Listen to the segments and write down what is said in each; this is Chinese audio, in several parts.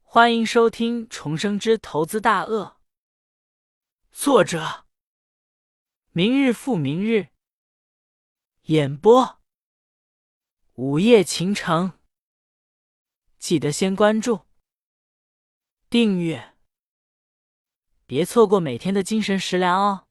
欢迎收听《重生之投资大鳄》，作者明日复明日，演播午夜情城。记得先关注、订阅，别错过每天的精神食粮哦。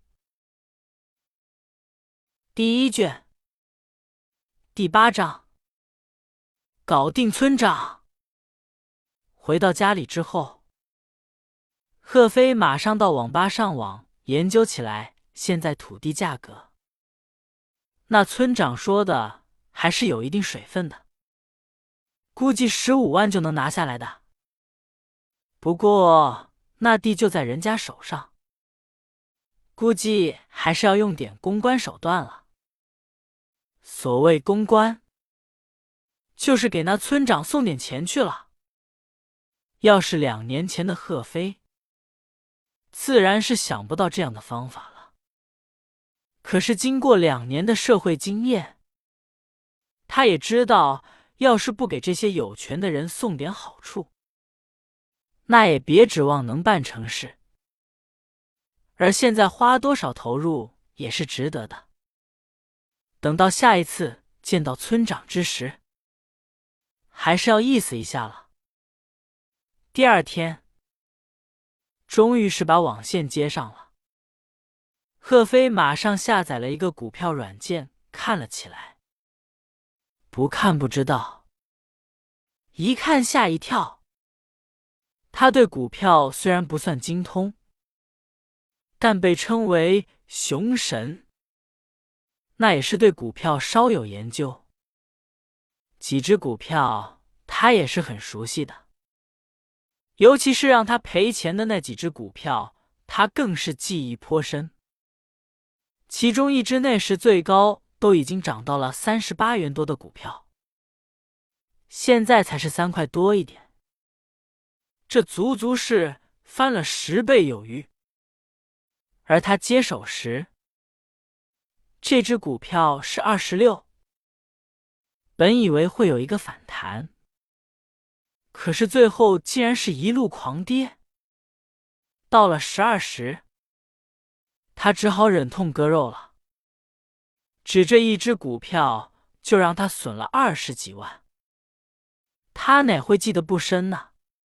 第一卷，第8章，搞定村长。回到家里之后，贺飞马上到网吧上网研究起来现在土地价格。那村长说的还是有一定水分的，估计15万就能拿下来的。不过那地就在人家手上，估计还是要用点公关手段了。所谓公关，就是给那村长送点钱去了。要是2年前的贺飞，自然是想不到这样的方法了。可是经过2年的社会经验，他也知道，要是不给这些有权的人送点好处，那也别指望能办成事。而现在花多少投入也是值得的。等到下一次见到村长之时，还是要意思一下了。第2天，终于是把网线接上了。贺飞马上下载了一个股票软件，看了起来。不看不知道，一看吓一跳。他对股票虽然不算精通，但被称为熊神，那也是对股票稍有研究。几只股票他也是很熟悉的，尤其是让他赔钱的那几只股票，他更是记忆颇深。其中一只那时最高都已经涨到了38元多的股票，现在才是3块多一点，这足足是翻了10倍有余。而他接手时，这只股票是26，本以为会有一个反弹，可是最后竟然是一路狂跌。到了12时，他只好忍痛割肉了。只这一只股票就让他损了20几万，他哪会记得不深呢？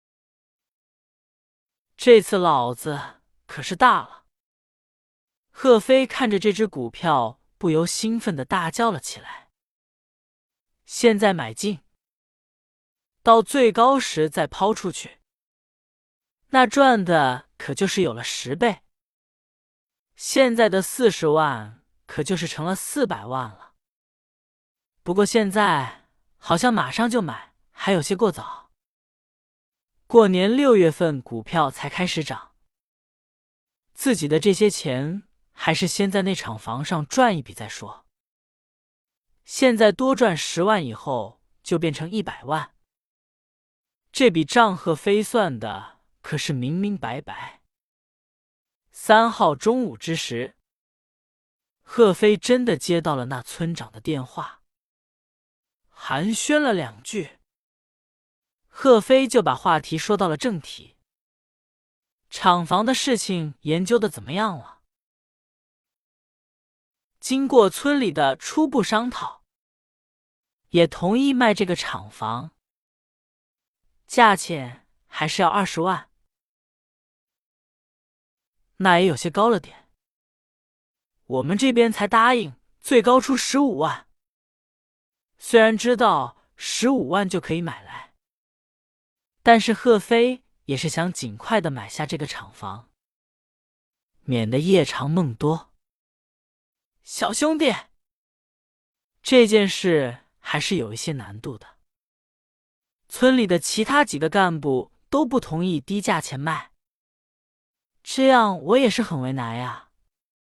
这次老子可是大了。贺飞看着这只股票，不由兴奋地大叫了起来。现在买进，到最高时再抛出去，那赚的可就是有了10倍。现在的40万可就是成了400万了。不过现在好像马上就买，还有些过早。过年6月份股票才开始涨，自己的这些钱还是先在那厂房上赚一笔再说。现在多赚10万以后就变成100万，这笔账贺飞算的可是明明白白。3号中午之时，贺飞真的接到了那村长的电话，寒暄了2句，贺飞就把话题说到了正题。厂房的事情研究的怎么样了？经过村里的初步商讨，也同意卖这个厂房，价钱还是要20万，那也有些高了点。我们这边才答应最高出15万，虽然知道15万就可以买来，但是贺飞也是想尽快的买下这个厂房，免得夜长梦多。小兄弟，这件事还是有一些难度的。村里的其他几个干部都不同意低价钱卖，这样我也是很为难呀。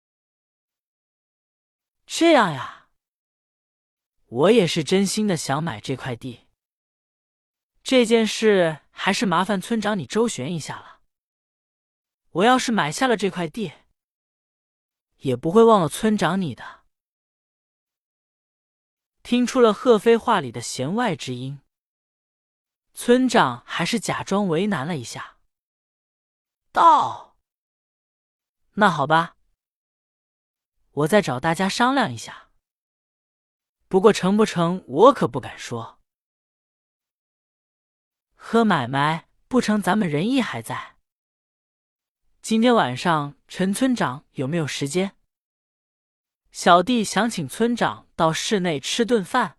这样呀，我也是真心的想买这块地。这件事还是麻烦村长你周旋一下了。我要是买下了这块地，也不会忘了村长你的。听出了贺飞话里的弦外之音， 村长还是假装为难了一下，道：“那好吧，我再找大家商量一下。不过成不成，我可不敢说。喝买卖不成，咱们仁义还在。今天晚上陈村长有没有时间？小弟想请村长到室内吃顿饭。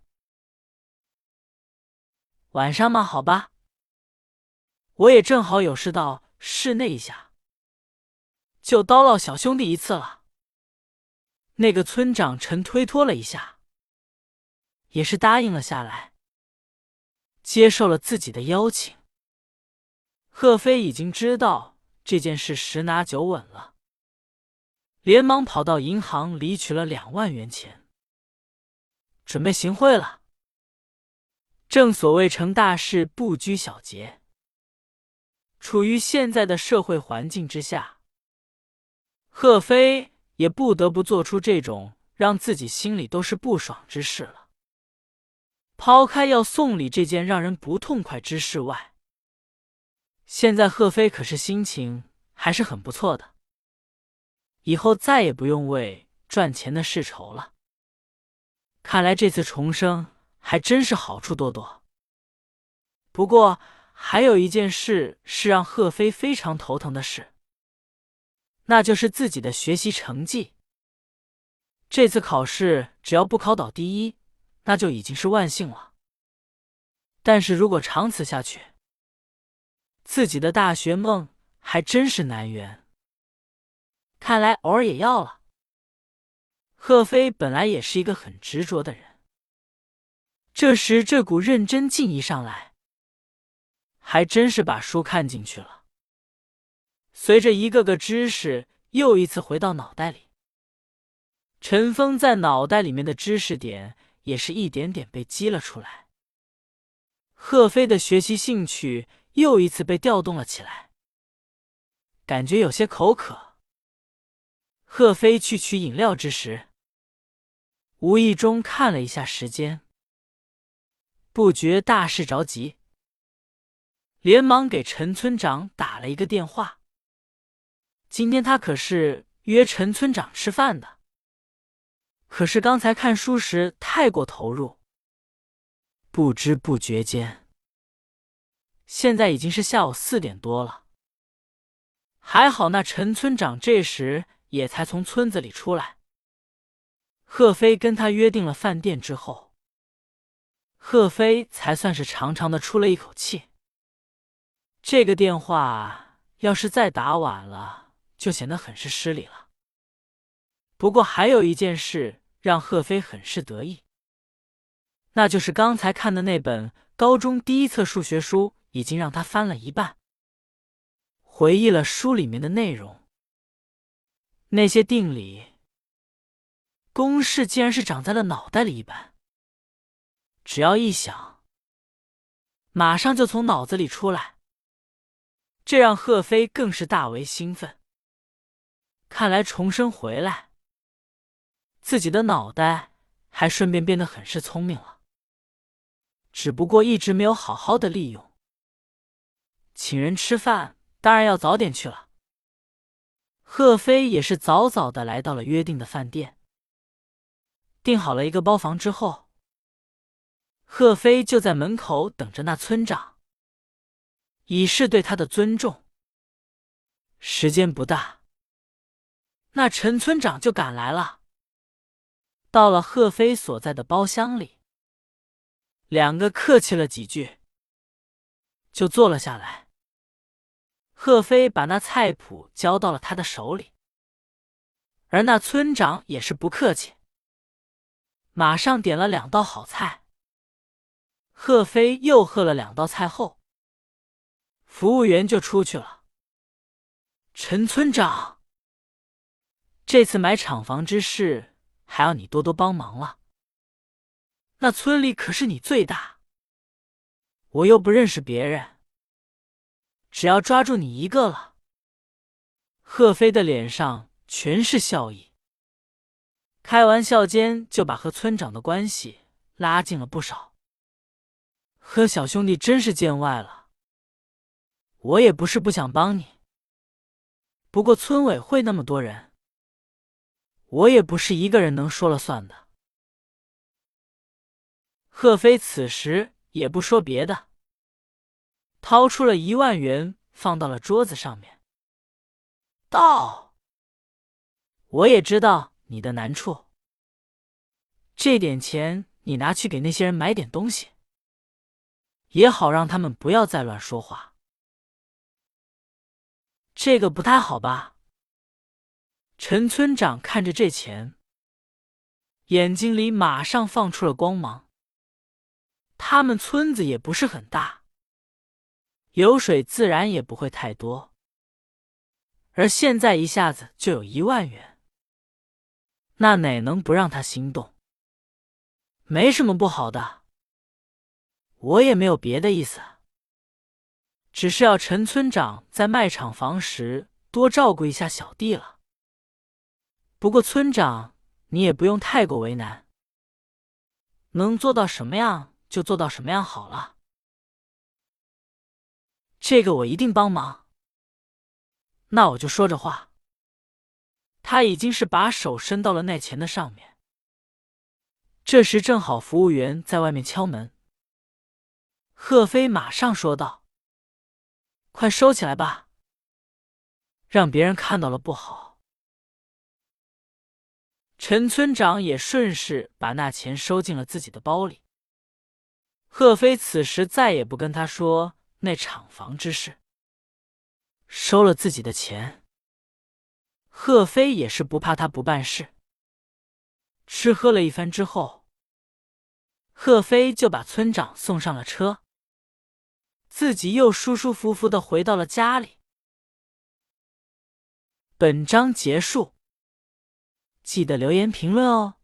晚上吗？好吧，我也正好有事到室内一下，就叨唠小兄弟一次了。”那个村长陈推脱了一下，也是答应了下来，接受了自己的邀请。贺飞已经知道这件事十拿九稳了，连忙跑到银行里取了2万元钱，准备行贿了。正所谓成大事不拘小节，处于现在的社会环境之下，贺飞也不得不做出这种让自己心里都是不爽之事了。抛开要送礼这件让人不痛快之事外，现在贺飞可是心情还是很不错的，以后再也不用为赚钱的事愁了。看来这次重生还真是好处多多。不过还有一件事是让贺飞非常头疼的事，那就是自己的学习成绩。这次考试只要不考倒第一，那就已经是万幸了。但是如果长此下去，自己的大学梦还真是难圆。看来偶尔也要了。贺飞本来也是一个很执着的人，这时这股认真劲一上来，还真是把书看进去了。随着一个个知识又一次回到脑袋里，陈峰在脑袋里面的知识点也是一点点被激了出来。贺飞的学习兴趣又一次被调动了起来，感觉有些口渴。贺飞去取饮料之时，无意中看了一下时间，不觉大事着急，连忙给陈村长打了一个电话。今天他可是约陈村长吃饭的，可是刚才看书时太过投入，不知不觉间，现在已经是下午4点多了。还好那陈村长这时也才从村子里出来。贺飞跟他约定了饭店之后，贺飞才算是长长的出了一口气。这个电话要是再打晚了，就显得很是失礼了。不过还有一件事让贺飞很是得意，那就是刚才看的那本高中第1册数学书已经让他翻了一半，回忆了书里面的内容。那些定理、公式竟然是长在了脑袋里一般，只要一想，马上就从脑子里出来，这让贺飞更是大为兴奋。看来重生回来，自己的脑袋还顺便变得很是聪明了，只不过一直没有好好的利用。请人吃饭当然要早点去了，贺飞也是早早的来到了约定的饭店。订好了一个包房之后，贺飞就在门口等着那村长，以示对他的尊重。时间不大，那陈村长就赶来了。到了贺飞所在的包厢里，两个客气了几句，就坐了下来。贺飞把那菜谱交到了他的手里，而那村长也是不客气，马上点了2道好菜。贺飞又喝了2道菜后，服务员就出去了。陈村长，这次买厂房之事还要你多多帮忙了。那村里可是你最大，我又不认识别人，只要抓住你一个了。贺飞的脸上全是笑意，开玩笑间就把和村长的关系拉近了不少。 呵，小兄弟真是见外了。我也不是不想帮你，不过村委会那么多人，我也不是一个人能说了算的。贺飞此时也不说别的，掏出了1万元放到了桌子上面，道：“我也知道你的难处，这点钱你拿去给那些人买点东西，也好让他们不要再乱说话。”这个不太好吧？陈村长看着这钱，眼睛里马上放出了光芒。他们村子也不是很大，油水自然也不会太多，而现在一下子就有1万元，那哪能不让他心动？没什么不好的，我也没有别的意思，只是要陈村长在卖厂房时多照顾一下小弟了。不过村长，你也不用太过为难，能做到什么样就做到什么样好了。这个我一定帮忙。那我就说着话，他已经是把手伸到了那钱的上面。这时正好服务员在外面敲门，贺飞马上说道：“快收起来吧，让别人看到了不好。”陈村长也顺势把那钱收进了自己的包里。贺飞此时再也不跟他说那厂房之事，收了自己的钱，贺飞也是不怕他不办事。吃喝了一番之后，贺飞就把村长送上了车，自己又舒舒服服的回到了家里。本章结束，记得留言评论哦。